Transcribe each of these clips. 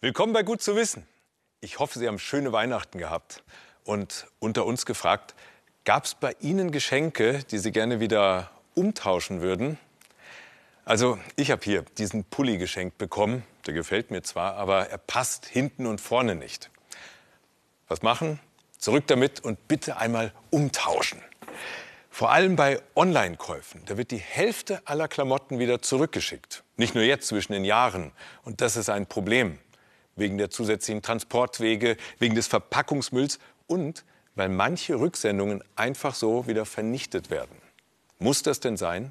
Willkommen bei Gut zu wissen. Ich hoffe, Sie haben schöne Weihnachten gehabt. Und unter uns gefragt, gab es bei Ihnen Geschenke, die Sie gerne wieder umtauschen würden? Also, ich habe hier diesen Pulli geschenkt bekommen. Der gefällt mir zwar, aber er passt hinten und vorne nicht. Was machen? Zurück damit und bitte einmal umtauschen. Vor allem bei Online-Käufen, da wird die Hälfte aller Klamotten wieder zurückgeschickt. Nicht nur jetzt zwischen den Jahren. Und das ist ein Problem. Wegen der zusätzlichen Transportwege, wegen des Verpackungsmülls und weil manche Rücksendungen einfach so wieder vernichtet werden. Muss das denn sein?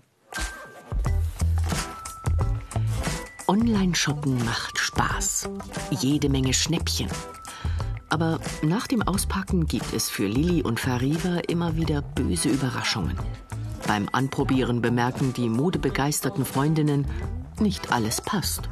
Online-Shoppen macht Spaß. Jede Menge Schnäppchen. Aber nach dem Auspacken gibt es für Lilly und Fariva immer wieder böse Überraschungen. Beim Anprobieren bemerken die modebegeisterten Freundinnen, nicht alles passt.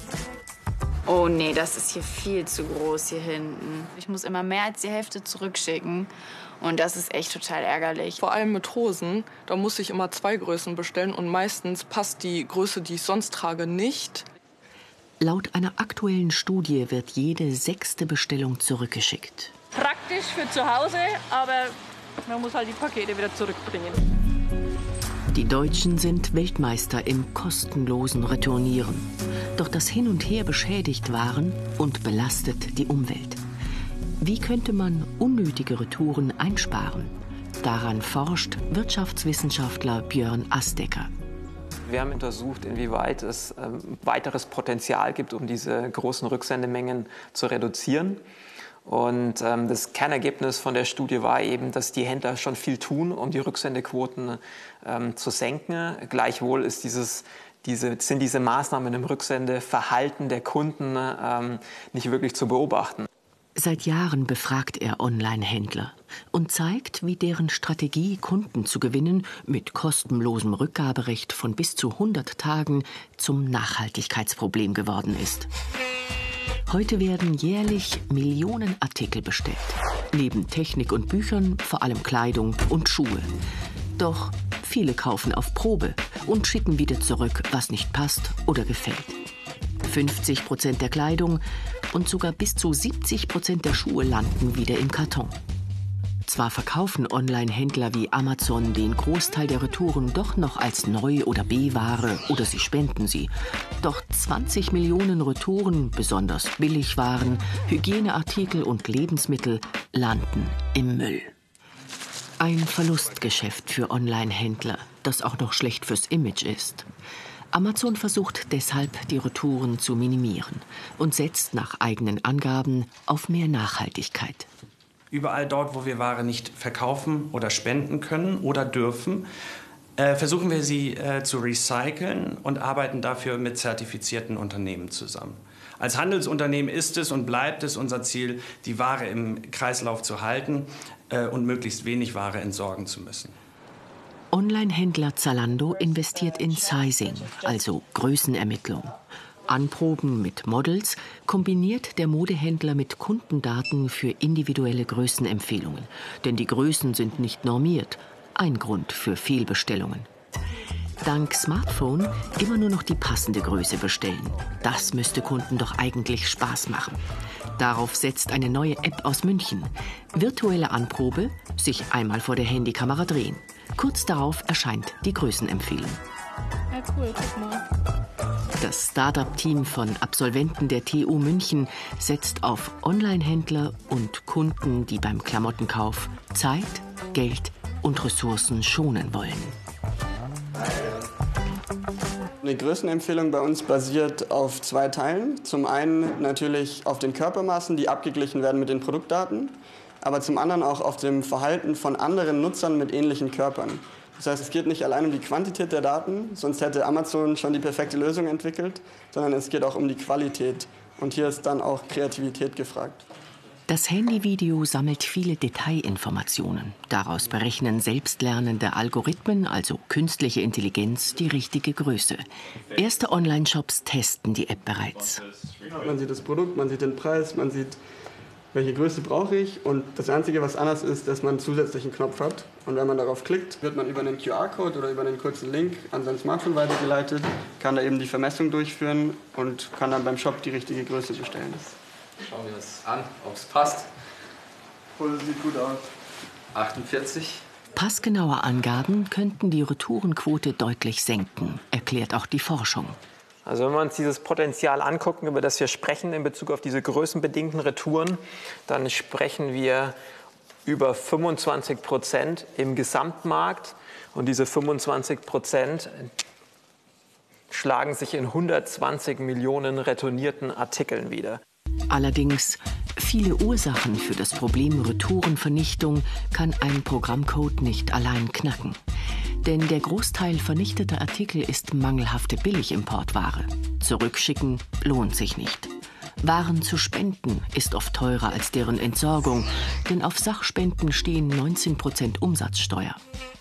Oh nee, das ist hier viel zu groß hier hinten. Ich muss immer mehr als die Hälfte zurückschicken. Und das ist echt total ärgerlich. Vor allem mit Hosen, da muss ich immer 2 Größen bestellen. Und meistens passt die Größe, die ich sonst trage, nicht. Laut einer aktuellen Studie wird jede 6. Bestellung zurückgeschickt. Praktisch für zu Hause, aber man muss halt die Pakete wieder zurückbringen. Die Deutschen sind Weltmeister im kostenlosen Retournieren. Doch das Hin und Her beschädigt Waren und belastet die Umwelt. Wie könnte man unnötige Retouren einsparen? Daran forscht Wirtschaftswissenschaftler Björn Astecker. Wir haben untersucht, inwieweit es weiteres Potenzial gibt, um diese großen Rücksendemengen zu reduzieren. Und das Kernergebnis von der Studie war eben, dass die Händler schon viel tun, um die Rücksendequoten zu senken. Gleichwohl ist sind diese Maßnahmen im Rücksendeverhalten der Kunden nicht wirklich zu beobachten. Seit Jahren befragt er Online-Händler und zeigt, wie deren Strategie, Kunden zu gewinnen, mit kostenlosem Rückgaberecht von bis zu 100 Tagen zum Nachhaltigkeitsproblem geworden ist. Heute werden jährlich Millionen Artikel bestellt. Neben Technik und Büchern vor allem Kleidung und Schuhe. Doch viele kaufen auf Probe und schicken wieder zurück, was nicht passt oder gefällt. 50% der Kleidung und sogar bis zu 70% der Schuhe landen wieder im Karton. Zwar verkaufen Online-Händler wie Amazon den Großteil der Retouren doch noch als Neu- oder B-Ware oder sie spenden sie. Doch 20 Millionen Retouren, besonders Billigwaren, Hygieneartikel und Lebensmittel, landen im Müll. Ein Verlustgeschäft für Online-Händler, das auch noch schlecht fürs Image ist. Amazon versucht deshalb, die Retouren zu minimieren und setzt nach eigenen Angaben auf mehr Nachhaltigkeit. Überall dort, wo wir Ware nicht verkaufen oder spenden können oder dürfen, versuchen wir sie zu recyceln und arbeiten dafür mit zertifizierten Unternehmen zusammen. Als Handelsunternehmen ist es und bleibt es unser Ziel, die Ware im Kreislauf zu halten und möglichst wenig Ware entsorgen zu müssen. Online-Händler Zalando investiert in Sizing, also Größenermittlung. Anproben mit Models kombiniert der Modehändler mit Kundendaten für individuelle Größenempfehlungen. Denn die Größen sind nicht normiert. Ein Grund für Fehlbestellungen. Dank Smartphone immer nur noch die passende Größe bestellen. Das müsste Kunden doch eigentlich Spaß machen. Darauf setzt eine neue App aus München. Virtuelle Anprobe, sich einmal vor der Handykamera drehen. Kurz darauf erscheint die Größenempfehlung. Ja, cool, guck mal. Das Start-up-Team von Absolventen der TU München setzt auf Online-Händler und Kunden, die beim Klamottenkauf Zeit, Geld und Ressourcen schonen wollen. Die Größenempfehlung bei uns basiert auf 2 Teilen. Zum einen natürlich auf den Körpermaßen, die abgeglichen werden mit den Produktdaten, aber zum anderen auch auf dem Verhalten von anderen Nutzern mit ähnlichen Körpern. Das heißt, es geht nicht allein um die Quantität der Daten, sonst hätte Amazon schon die perfekte Lösung entwickelt, sondern es geht auch um die Qualität. Und hier ist dann auch Kreativität gefragt. Das Handyvideo sammelt viele Detailinformationen. Daraus berechnen selbstlernende Algorithmen, also künstliche Intelligenz, die richtige Größe. Erste Online-Shops testen die App bereits. Man sieht das Produkt, man sieht den Preis, man sieht welche Größe brauche ich. Und das Einzige, was anders ist, dass man einen zusätzlichen Knopf hat. Und wenn man darauf klickt, wird man über einen QR-Code oder über einen kurzen Link an sein Smartphone weitergeleitet, kann da eben die Vermessung durchführen und kann dann beim Shop die richtige Größe bestellen. Schauen wir uns an, ob es passt. Sieht gut aus. 48. Passgenaue Angaben könnten die Retourenquote deutlich senken, erklärt auch die Forschung. Also wenn wir uns dieses Potenzial angucken, über das wir sprechen in Bezug auf diese größenbedingten Retouren, dann sprechen wir über 25% im Gesamtmarkt. Und diese 25% schlagen sich in 120 Millionen retournierten Artikeln wider. Allerdings, viele Ursachen für das Problem Retourenvernichtung kann ein Programmcode nicht allein knacken. Denn der Großteil vernichteter Artikel ist mangelhafte Billigimportware. Zurückschicken lohnt sich nicht. Waren zu spenden ist oft teurer als deren Entsorgung, denn auf Sachspenden stehen 19% Umsatzsteuer.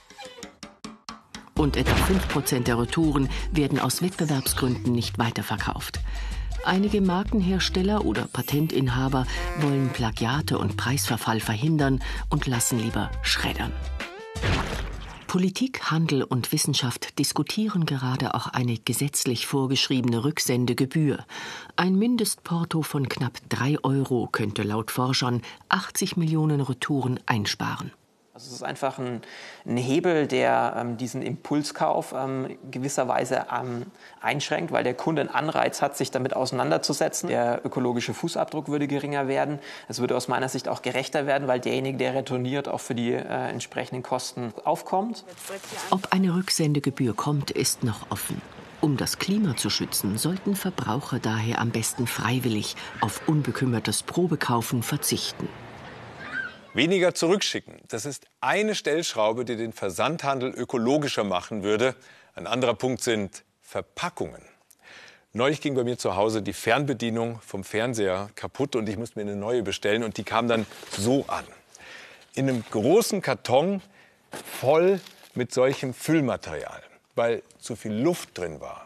Und etwa 5% der Retouren werden aus Wettbewerbsgründen nicht weiterverkauft. Einige Markenhersteller oder Patentinhaber wollen Plagiate und Preisverfall verhindern und lassen lieber schreddern. Politik, Handel und Wissenschaft diskutieren gerade auch eine gesetzlich vorgeschriebene Rücksendegebühr. Ein Mindestporto von knapp 3 € könnte laut Forschern 80 Millionen Retouren einsparen. Also es ist einfach ein Hebel, der diesen Impulskauf gewisserweise einschränkt, weil der Kunde einen Anreiz hat, sich damit auseinanderzusetzen. Der ökologische Fußabdruck würde geringer werden. Es würde aus meiner Sicht auch gerechter werden, weil derjenige, der retourniert, auch für die entsprechenden Kosten aufkommt. Ob eine Rücksendegebühr kommt, ist noch offen. Um das Klima zu schützen, sollten Verbraucher daher am besten freiwillig auf unbekümmertes Probekaufen verzichten. Weniger zurückschicken, das ist eine Stellschraube, die den Versandhandel ökologischer machen würde. Ein anderer Punkt sind Verpackungen. Neulich ging bei mir zu Hause die Fernbedienung vom Fernseher kaputt und ich musste mir eine neue bestellen. Und die kam dann so an. In einem großen Karton voll mit solchem Füllmaterial, weil zu viel Luft drin war.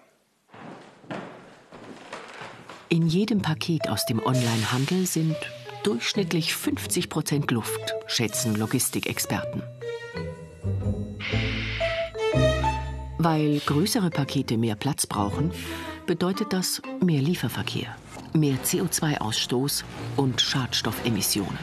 In jedem Paket aus dem Onlinehandel sind durchschnittlich 50% Luft, schätzen Logistikexperten. Weil größere Pakete mehr Platz brauchen, bedeutet das mehr Lieferverkehr, mehr CO2-Ausstoß und Schadstoffemissionen.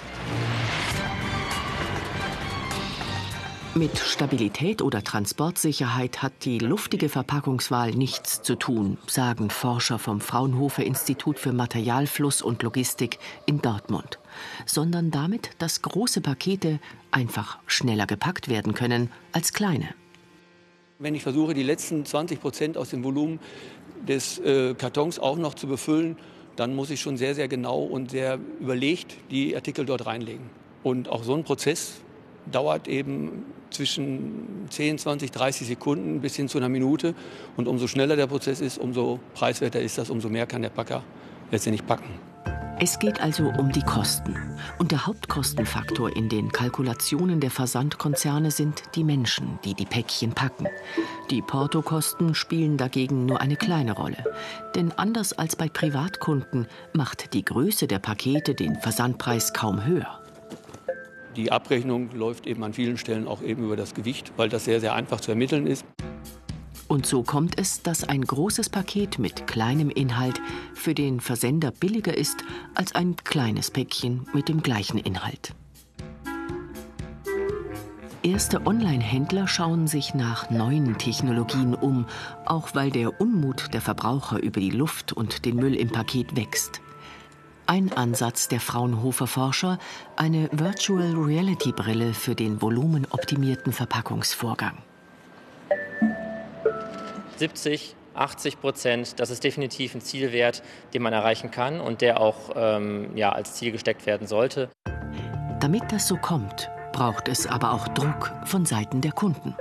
Mit Stabilität oder Transportsicherheit hat die luftige Verpackungswahl nichts zu tun, sagen Forscher vom Fraunhofer-Institut für Materialfluss und Logistik in Dortmund, sondern damit, dass große Pakete einfach schneller gepackt werden können als kleine. Wenn ich versuche, die letzten 20% aus dem Volumen des Kartons auch noch zu befüllen, dann muss ich schon sehr, sehr genau und sehr überlegt die Artikel dort reinlegen. Und auch so ein Prozess dauert eben zwischen 10, 20, 30 Sekunden bis hin zu einer Minute. Und umso schneller der Prozess ist, umso preiswerter ist das, umso mehr kann der Packer letztendlich packen. Es geht also um die Kosten. Und der Hauptkostenfaktor in den Kalkulationen der Versandkonzerne sind die Menschen, die die Päckchen packen. Die Portokosten spielen dagegen nur eine kleine Rolle. Denn anders als bei Privatkunden macht die Größe der Pakete den Versandpreis kaum höher. Die Abrechnung läuft eben an vielen Stellen auch eben über das Gewicht, weil das sehr, sehr einfach zu ermitteln ist. Und so kommt es, dass ein großes Paket mit kleinem Inhalt für den Versender billiger ist als ein kleines Päckchen mit dem gleichen Inhalt. Erste Online-Händler schauen sich nach neuen Technologien um, auch weil der Unmut der Verbraucher über die Luft und den Müll im Paket wächst. Ein Ansatz der Fraunhofer-Forscher, eine Virtual-Reality-Brille für den volumenoptimierten Verpackungsvorgang. 70–80%, das ist definitiv ein Zielwert, den man erreichen kann und der auch als Ziel gesteckt werden sollte. Damit das so kommt, braucht es aber auch Druck von Seiten der Kunden.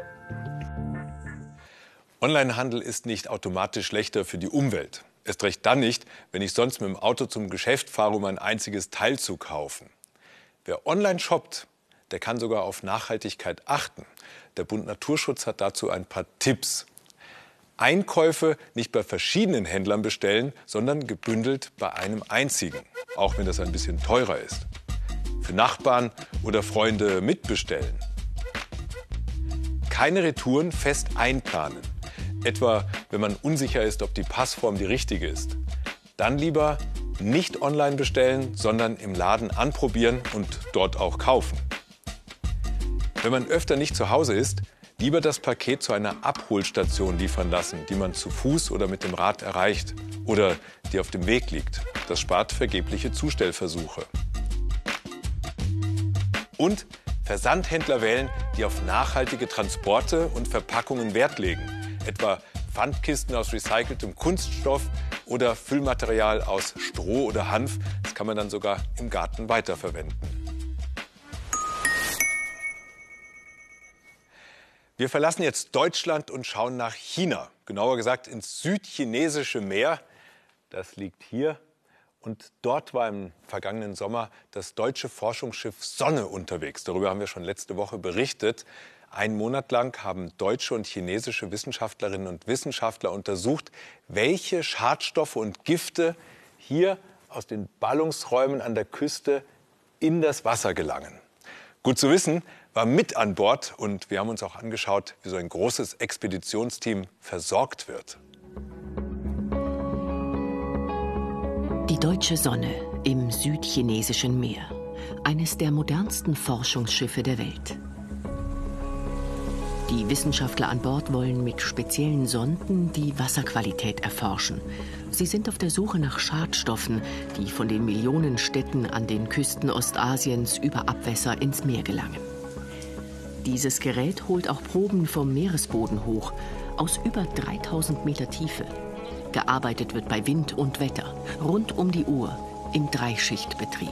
Onlinehandel ist nicht automatisch schlechter für die Umwelt. Erst recht dann nicht, wenn ich sonst mit dem Auto zum Geschäft fahre, um ein einziges Teil zu kaufen. Wer online shoppt, der kann sogar auf Nachhaltigkeit achten. Der Bund Naturschutz hat dazu ein paar Tipps. Einkäufe nicht bei verschiedenen Händlern bestellen, sondern gebündelt bei einem einzigen, auch wenn das ein bisschen teurer ist. Für Nachbarn oder Freunde mitbestellen. Keine Retouren fest einplanen, etwa wenn man unsicher ist, ob die Passform die richtige ist. Dann lieber nicht online bestellen, sondern im Laden anprobieren und dort auch kaufen. Wenn man öfter nicht zu Hause ist, lieber das Paket zu einer Abholstation liefern lassen, die man zu Fuß oder mit dem Rad erreicht oder die auf dem Weg liegt. Das spart vergebliche Zustellversuche. Und Versandhändler wählen, die auf nachhaltige Transporte und Verpackungen Wert legen. Etwa Pfandkisten aus recyceltem Kunststoff oder Füllmaterial aus Stroh oder Hanf. Das kann man dann sogar im Garten weiterverwenden. Wir verlassen jetzt Deutschland und schauen nach China. Genauer gesagt ins südchinesische Meer. Das liegt hier. Und dort war im vergangenen Sommer das deutsche Forschungsschiff Sonne unterwegs. Darüber haben wir schon letzte Woche berichtet. 1 Monat lang haben deutsche und chinesische Wissenschaftlerinnen und Wissenschaftler untersucht, welche Schadstoffe und Gifte hier aus den Ballungsräumen an der Küste in das Wasser gelangen. Gut zu wissen, war mit an Bord und wir haben uns auch angeschaut, wie so ein großes Expeditionsteam versorgt wird. Die deutsche Sonne im südchinesischen Meer. Eines der modernsten Forschungsschiffe der Welt. Die Wissenschaftler an Bord wollen mit speziellen Sonden die Wasserqualität erforschen. Sie sind auf der Suche nach Schadstoffen, die von den Millionen Städten an den Küsten Ostasiens über Abwässer ins Meer gelangen. Dieses Gerät holt auch Proben vom Meeresboden hoch, aus über 3000 Meter Tiefe. Gearbeitet wird bei Wind und Wetter, rund um die Uhr, im Dreischichtbetrieb.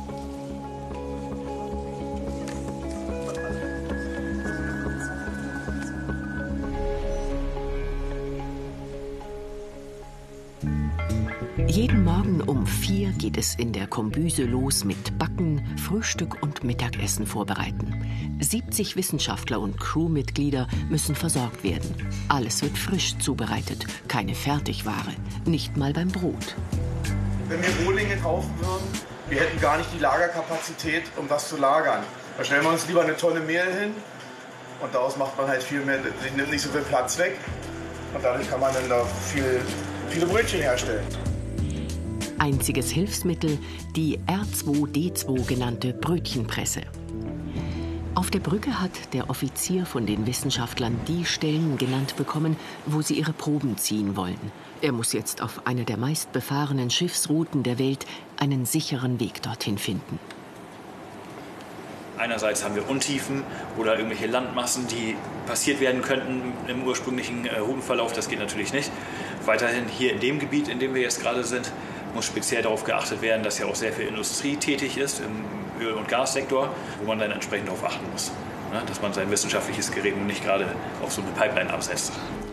Jeden Morgen um 4 geht es in der Kombüse los mit Backen, Frühstück und Mittagessen vorbereiten. 70 Wissenschaftler und Crewmitglieder müssen versorgt werden. Alles wird frisch zubereitet, keine Fertigware, nicht mal beim Brot. Wenn wir Rohlinge kaufen würden, wir hätten gar nicht die Lagerkapazität, um das zu lagern. Da stellen wir uns lieber eine Tonne Mehl hin und daraus macht man halt viel mehr, sie nimmt nicht so viel Platz weg und dadurch kann man dann da viele Brötchen herstellen. Einziges Hilfsmittel, die R2D2 genannte Brötchenpresse. Auf der Brücke hat der Offizier von den Wissenschaftlern die Stellen genannt bekommen, wo sie ihre Proben ziehen wollen. Er muss jetzt auf einer der meistbefahrenen Schiffsrouten der Welt einen sicheren Weg dorthin finden. Einerseits haben wir Untiefen oder irgendwelche Landmassen, die passiert werden könnten im ursprünglichen Routenverlauf. Das geht natürlich nicht. Weiterhin hier in dem Gebiet, in dem wir jetzt gerade sind, muss speziell darauf geachtet werden, dass ja auch sehr viel Industrie tätig ist im Öl- und Gassektor, wo man dann entsprechend darauf achten muss, ne, dass man sein wissenschaftliches Gerät nicht gerade auf so eine Pipeline absetzt.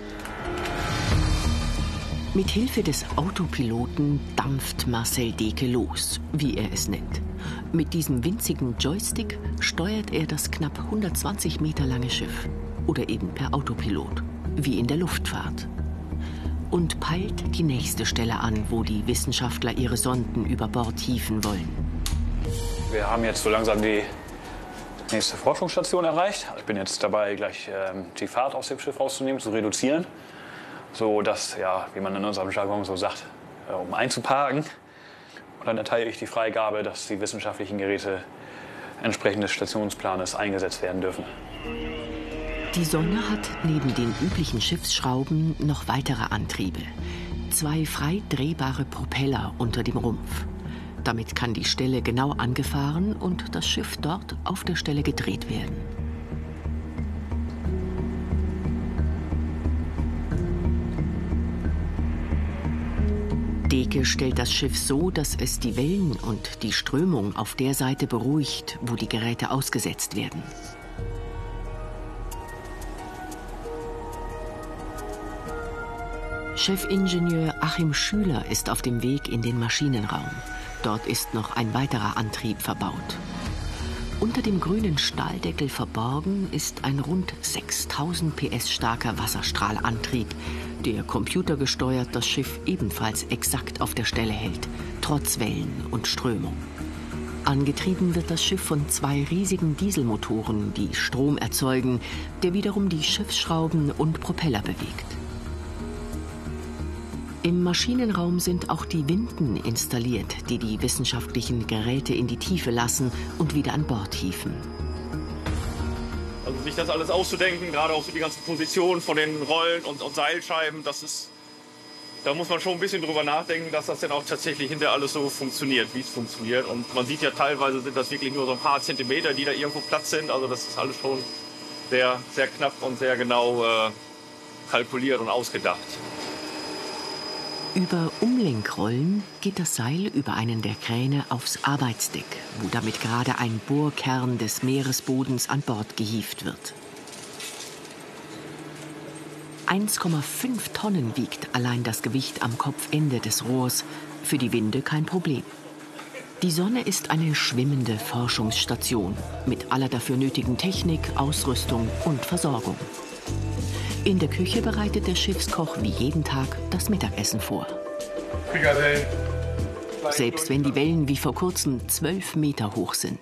Mit Hilfe des Autopiloten dampft Marcel Deke los, wie er es nennt. Mit diesem winzigen Joystick steuert er das knapp 120 Meter lange Schiff. Oder eben per Autopilot, wie in der Luftfahrt. Und peilt die nächste Stelle an, wo die Wissenschaftler ihre Sonden über Bord hieven wollen. Wir haben jetzt so langsam die nächste Forschungsstation erreicht. Ich bin jetzt dabei, gleich die Fahrt aus dem Schiff rauszunehmen, zu reduzieren. So dass, ja, wie man in unserem Jargon so sagt, um einzuparken. Und dann erteile ich die Freigabe, dass die wissenschaftlichen Geräte entsprechend des Stationsplanes eingesetzt werden dürfen. Die Sonne hat neben den üblichen Schiffsschrauben noch weitere Antriebe. 2 frei drehbare Propeller unter dem Rumpf. Damit kann die Stelle genau angefahren und das Schiff dort auf der Stelle gedreht werden. Deke stellt das Schiff so, dass es die Wellen und die Strömung auf der Seite beruhigt, wo die Geräte ausgesetzt werden. Chefingenieur Achim Schüler ist auf dem Weg in den Maschinenraum. Dort ist noch ein weiterer Antrieb verbaut. Unter dem grünen Stahldeckel verborgen ist ein rund 6000 PS starker Wasserstrahlantrieb, der computergesteuert das Schiff ebenfalls exakt auf der Stelle hält, trotz Wellen und Strömung. Angetrieben wird das Schiff von 2 riesigen Dieselmotoren, die Strom erzeugen, der wiederum die Schiffsschrauben und Propeller bewegt. Im Maschinenraum sind auch die Winden installiert, die die wissenschaftlichen Geräte in die Tiefe lassen und wieder an Bord hieven. Also sich das alles auszudenken, gerade auch so die ganzen Positionen von den Rollen und Seilscheiben, da muss man schon ein bisschen drüber nachdenken, dass das dann auch tatsächlich hinterher alles so funktioniert, wie es funktioniert. Und man sieht ja teilweise sind das wirklich nur so ein paar Zentimeter, die da irgendwo Platz sind. Also das ist alles schon sehr, sehr knapp und sehr genau kalkuliert und ausgedacht. Über Umlenkrollen geht das Seil über einen der Kräne aufs Arbeitsdeck, wo damit gerade ein Bohrkern des Meeresbodens an Bord gehievt wird. 1,5 Tonnen wiegt allein das Gewicht am Kopfende des Rohrs, für die Winde kein Problem. Die Sonne ist eine schwimmende Forschungsstation mit aller dafür nötigen Technik, Ausrüstung und Versorgung. In der Küche bereitet der Schiffskoch wie jeden Tag das Mittagessen vor. Selbst wenn die Wellen wie vor kurzem 12 Meter hoch sind.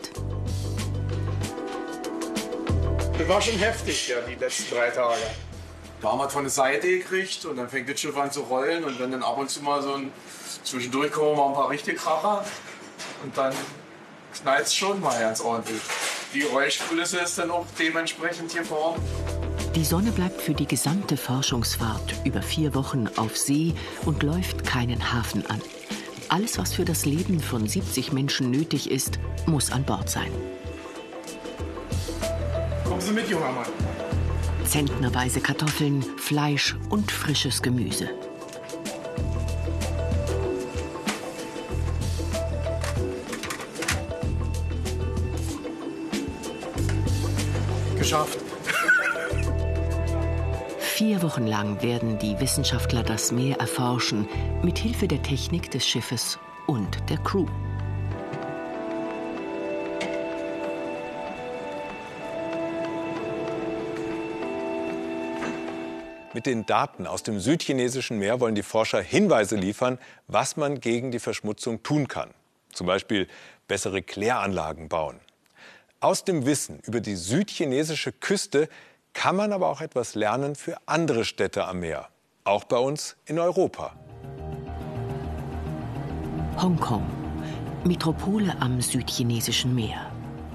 Das war schon heftig, ja, die letzten 3 Tage. Da haben wir von der Seite gekriegt und dann fängt das Schiff an zu rollen und wenn dann ab und zu mal zwischendurch kommen mal ein paar richtige Kracher und dann knallt es schon mal ganz ordentlich. Die Geräuschkulisse ist dann auch dementsprechend hier vorne. Die Sonne bleibt für die gesamte Forschungsfahrt über 4 Wochen auf See und läuft keinen Hafen an. Alles, was für das Leben von 70 Menschen nötig ist, muss an Bord sein. Kommen Sie mit, junger Mann. Zentnerweise Kartoffeln, Fleisch und frisches Gemüse. Geschafft. 4 Wochen lang werden die Wissenschaftler das Meer erforschen, mit Hilfe der Technik des Schiffes und der Crew. Mit den Daten aus dem südchinesischen Meer wollen die Forscher Hinweise liefern, was man gegen die Verschmutzung tun kann. Zum Beispiel bessere Kläranlagen bauen. Aus dem Wissen über die südchinesische Küste kann man aber auch etwas lernen für andere Städte am Meer, auch bei uns in Europa. Hongkong, Metropole am südchinesischen Meer.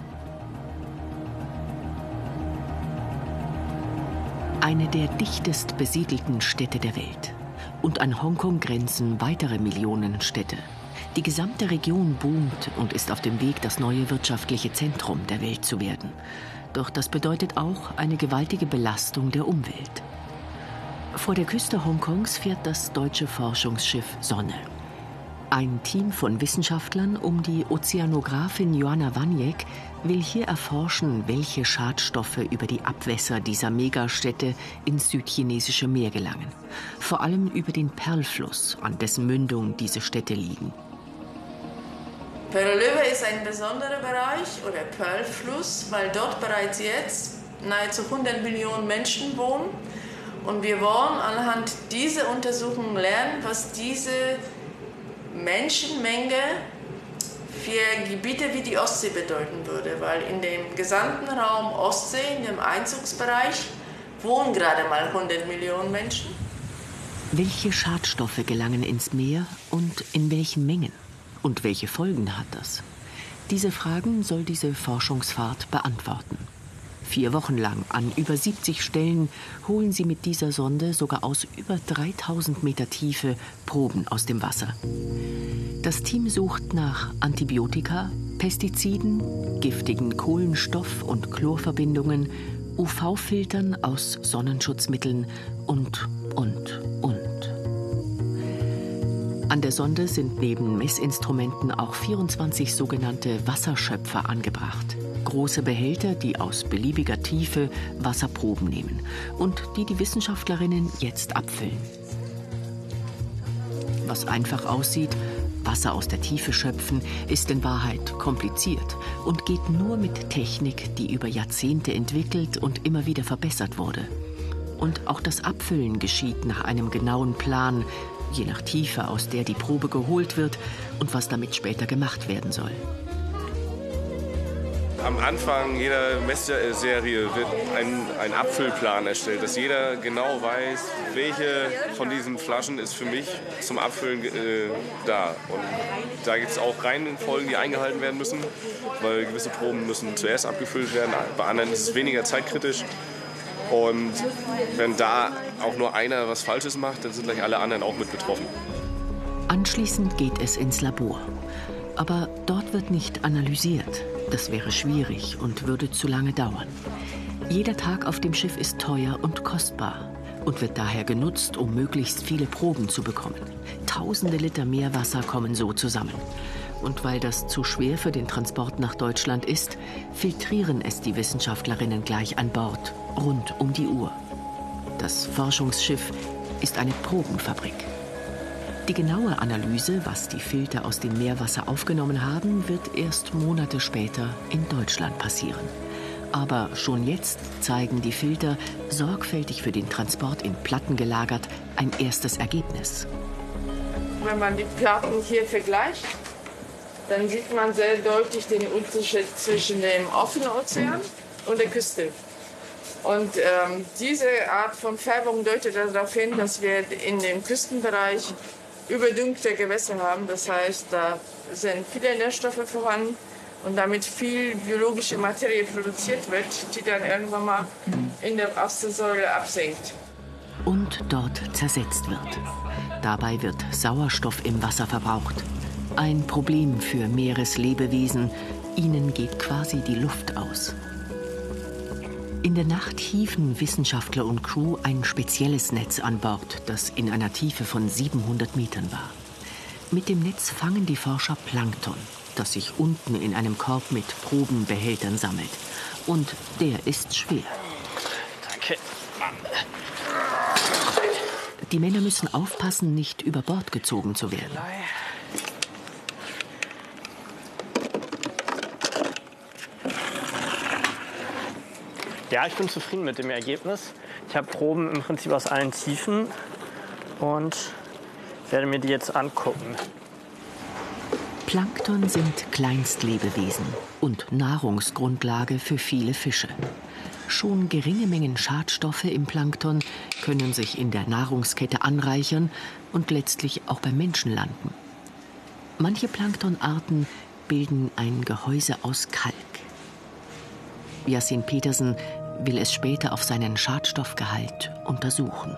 Eine der dichtest besiedelten Städte der Welt. Und an Hongkong grenzen weitere Millionen Städte. Die gesamte Region boomt und ist auf dem Weg, das neue wirtschaftliche Zentrum der Welt zu werden. Doch das bedeutet auch eine gewaltige Belastung der Umwelt. Vor der Küste Hongkongs fährt das deutsche Forschungsschiff Sonne. Ein Team von Wissenschaftlern um die Ozeanografin Joanna Waniek will hier erforschen, welche Schadstoffe über die Abwässer dieser Megastädte ins südchinesische Meer gelangen. Vor allem über den Pearl-Fluss, an dessen Mündung diese Städte liegen. Pearl River ist ein besonderer Bereich, oder Pearl-Fluss, weil dort bereits jetzt nahezu 100 Millionen Menschen wohnen. Und wir wollen anhand dieser Untersuchungen lernen, was diese Menschenmenge für Gebiete wie die Ostsee bedeuten würde. Weil in dem gesamten Raum Ostsee, in dem Einzugsbereich, wohnen gerade mal 100 Millionen Menschen. Welche Schadstoffe gelangen ins Meer und in welchen Mengen? Und welche Folgen hat das? Diese Fragen soll diese Forschungsfahrt beantworten. 4 Wochen lang an über 70 Stellen holen sie mit dieser Sonde sogar aus über 3000 Meter Tiefe Proben aus dem Wasser. Das Team sucht nach Antibiotika, Pestiziden, giftigen Kohlenstoff- und Chlorverbindungen, UV-Filtern aus Sonnenschutzmitteln und. An der Sonde sind neben Messinstrumenten auch 24 sogenannte Wasserschöpfer angebracht. Große Behälter, die aus beliebiger Tiefe Wasserproben nehmen und die Wissenschaftlerinnen jetzt abfüllen. Was einfach aussieht, Wasser aus der Tiefe schöpfen, ist in Wahrheit kompliziert und geht nur mit Technik, die über Jahrzehnte entwickelt und immer wieder verbessert wurde. Und auch das Abfüllen geschieht nach einem genauen Plan, je nach Tiefe, aus der die Probe geholt wird und was damit später gemacht werden soll. Am Anfang jeder Messserie wird ein Abfüllplan erstellt, dass jeder genau weiß, welche von diesen Flaschen ist für mich zum Abfüllen da. Und da gibt es auch Reihenfolgen, die eingehalten werden müssen, weil gewisse Proben müssen zuerst abgefüllt werden, bei anderen ist es weniger zeitkritisch. Und wenn da auch nur einer was Falsches macht, dann sind gleich alle anderen auch mit betroffen. Anschließend geht es ins Labor. Aber dort wird nicht analysiert. Das wäre schwierig und würde zu lange dauern. Jeder Tag auf dem Schiff ist teuer und kostbar und wird daher genutzt, um möglichst viele Proben zu bekommen. Tausende Liter Meerwasser kommen so zusammen. Und weil das zu schwer für den Transport nach Deutschland ist, filtrieren es die Wissenschaftlerinnen gleich an Bord, rund um die Uhr. Das Forschungsschiff ist eine Probenfabrik. Die genaue Analyse, was die Filter aus dem Meerwasser aufgenommen haben, wird erst Monate später in Deutschland passieren. Aber schon jetzt zeigen die Filter, sorgfältig für den Transport in Platten gelagert, ein erstes Ergebnis. Wenn man die Platten hier vergleicht, dann sieht man sehr deutlich den Unterschied zwischen dem offenen Ozean und der Küste. Und diese Art von Färbung deutet darauf hin, dass wir in dem Küstenbereich überdüngte Gewässer haben. Das heißt, da sind viele Nährstoffe vorhanden und damit viel biologische Materie produziert wird, die dann irgendwann mal in der Wassersäule absinkt. Und dort zersetzt wird. Dabei wird Sauerstoff im Wasser verbraucht. Ein Problem für Meereslebewesen. Ihnen geht quasi die Luft aus. In der Nacht hieven Wissenschaftler und Crew ein spezielles Netz an Bord, das in einer Tiefe von 700 Metern war. Mit dem Netz fangen die Forscher Plankton, das sich unten in einem Korb mit Probenbehältern sammelt. Und der ist schwer. Danke. Die Männer müssen aufpassen, nicht über Bord gezogen zu werden. Ja, ich bin zufrieden mit dem Ergebnis. Ich habe Proben im Prinzip aus allen Tiefen und werde mir die jetzt angucken. Plankton sind Kleinstlebewesen und Nahrungsgrundlage für viele Fische. Schon geringe Mengen Schadstoffe im Plankton können sich in der Nahrungskette anreichern und letztlich auch beim Menschen landen. Manche Planktonarten bilden ein Gehäuse aus Kalk. Yassin Petersen will es später auf seinen Schadstoffgehalt untersuchen.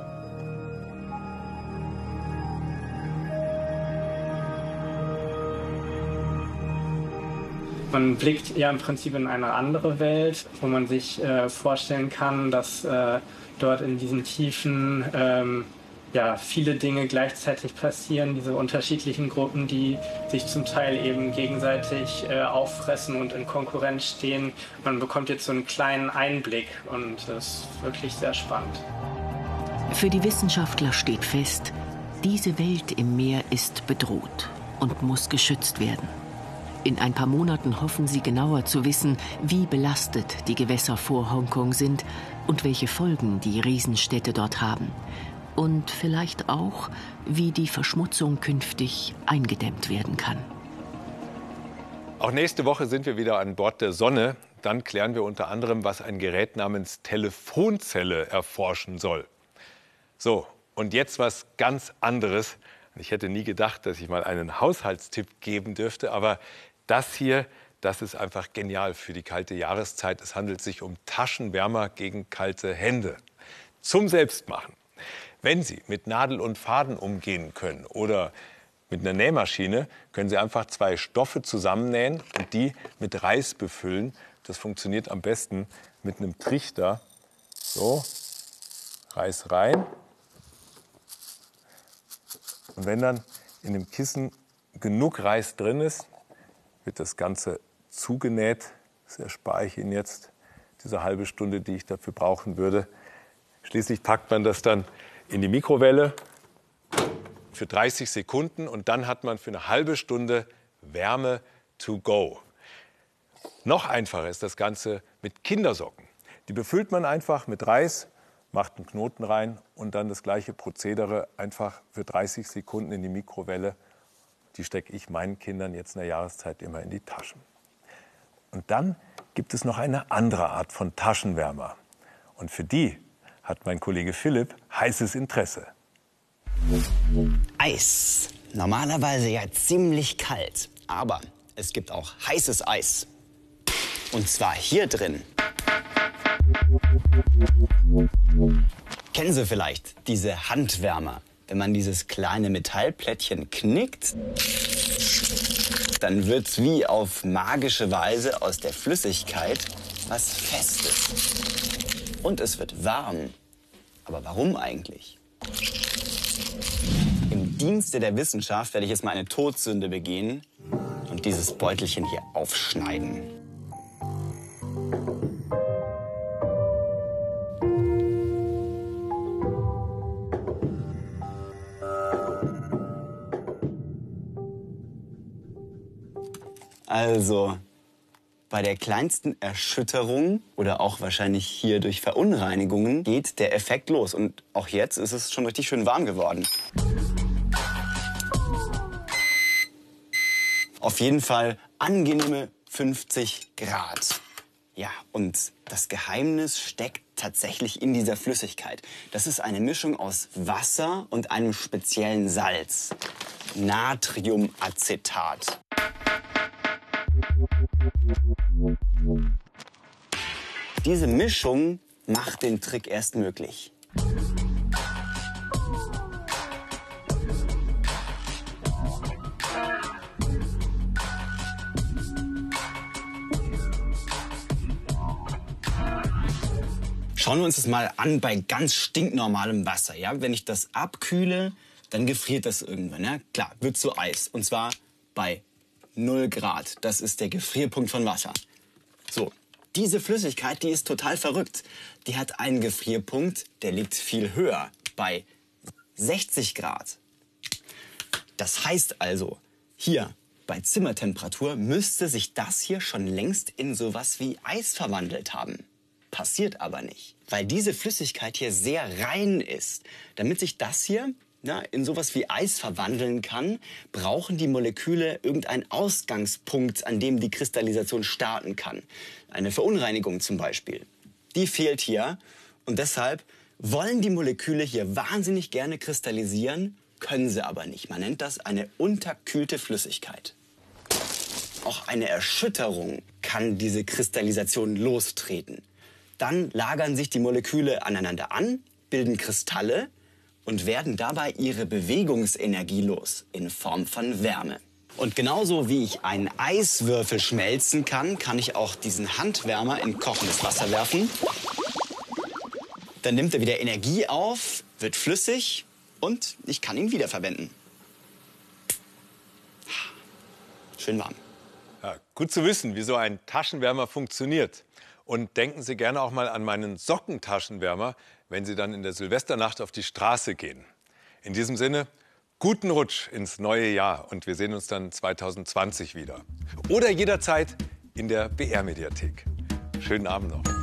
Man blickt ja im Prinzip in eine andere Welt, wo man sich vorstellen kann, dass dort in diesen Tiefen viele Dinge gleichzeitig passieren, diese unterschiedlichen Gruppen, die sich zum Teil eben gegenseitig auffressen und in Konkurrenz stehen. Man bekommt jetzt so einen kleinen Einblick und das ist wirklich sehr spannend. Für die Wissenschaftler steht fest, diese Welt im Meer ist bedroht und muss geschützt werden. In ein paar Monaten hoffen sie genauer zu wissen, wie belastet die Gewässer vor Hongkong sind und welche Folgen die Riesenstädte dort haben. Und vielleicht auch, wie die Verschmutzung künftig eingedämmt werden kann. Auch nächste Woche sind wir wieder an Bord der Sonne. Dann klären wir unter anderem, was ein Gerät namens Telefonzelle erforschen soll. So, und jetzt was ganz anderes. Ich hätte nie gedacht, dass ich mal einen Haushaltstipp geben dürfte, aber das hier, das ist einfach genial für die kalte Jahreszeit. Es handelt sich um Taschenwärmer gegen kalte Hände. Zum Selbstmachen. Wenn Sie mit Nadel und Faden umgehen können oder mit einer Nähmaschine, können Sie einfach 2 Stoffe zusammennähen und die mit Reis befüllen. Das funktioniert am besten mit einem Trichter. So, Reis rein. Und wenn dann in dem Kissen genug Reis drin ist, wird das Ganze zugenäht. Das erspare ich Ihnen jetzt, diese halbe Stunde, die ich dafür brauchen würde. Schließlich packt man das dann in die Mikrowelle für 30 Sekunden und dann hat man für eine halbe Stunde Wärme to go. Noch einfacher ist das Ganze mit Kindersocken. Die befüllt man einfach mit Reis, macht einen Knoten rein und dann das gleiche Prozedere einfach für 30 Sekunden in die Mikrowelle. Die stecke ich meinen Kindern jetzt in der Jahreszeit immer in die Taschen. Und dann gibt es noch eine andere Art von Taschenwärmer. Und für die hat mein Kollege Philipp heißes Interesse. Eis. Normalerweise ja ziemlich kalt. Aber es gibt auch heißes Eis. Und zwar hier drin. Kennen Sie vielleicht diese Handwärmer? Wenn man dieses kleine Metallplättchen knickt, dann wird wie auf magische Weise aus der Flüssigkeit was Festes. Und es wird warm. Aber warum eigentlich? Im Dienste der Wissenschaft werde ich jetzt mal eine Todsünde begehen und dieses Beutelchen hier aufschneiden. Also, bei der kleinsten Erschütterung oder auch wahrscheinlich hier durch Verunreinigungen geht der Effekt los. Und auch jetzt ist es schon richtig schön warm geworden. Auf jeden Fall angenehme 50 Grad. Ja, und das Geheimnis steckt tatsächlich in dieser Flüssigkeit. Das ist eine Mischung aus Wasser und einem speziellen Salz. Natriumacetat. Diese Mischung macht den Trick erst möglich. Schauen wir uns das mal an bei ganz stinknormalem Wasser. Ja? Wenn ich das abkühle, dann gefriert das irgendwann. Ja? Klar, wird zu Eis. Und zwar bei 0 Grad. Das ist der Gefrierpunkt von Wasser. So, diese Flüssigkeit, die ist total verrückt. Die hat einen Gefrierpunkt, der liegt viel höher, bei 60 Grad. Das heißt also, hier bei Zimmertemperatur müsste sich das hier schon längst in sowas wie Eis verwandelt haben. Passiert aber nicht, weil diese Flüssigkeit hier sehr rein ist. Damit sich das hier in sowas wie Eis verwandeln kann, brauchen die Moleküle irgendeinen Ausgangspunkt, an dem die Kristallisation starten kann. Eine Verunreinigung zum Beispiel. Die fehlt hier und deshalb wollen die Moleküle hier wahnsinnig gerne kristallisieren, können sie aber nicht. Man nennt das eine unterkühlte Flüssigkeit. Auch eine Erschütterung kann diese Kristallisation lostreten. Dann lagern sich die Moleküle aneinander an, bilden Kristalle und werden dabei ihre Bewegungsenergie los in Form von Wärme. Und genauso wie ich einen Eiswürfel schmelzen kann, kann ich auch diesen Handwärmer in kochendes Wasser werfen. Dann nimmt er wieder Energie auf, wird flüssig und ich kann ihn wiederverwenden. Schön warm. Ja, gut zu wissen, wie so ein Taschenwärmer funktioniert. Und denken Sie gerne auch mal an meinen Sockentaschenwärmer, wenn Sie dann in der Silvesternacht auf die Straße gehen. In diesem Sinne, guten Rutsch ins neue Jahr und wir sehen uns dann 2020 wieder. Oder jederzeit in der BR-Mediathek. Schönen Abend noch.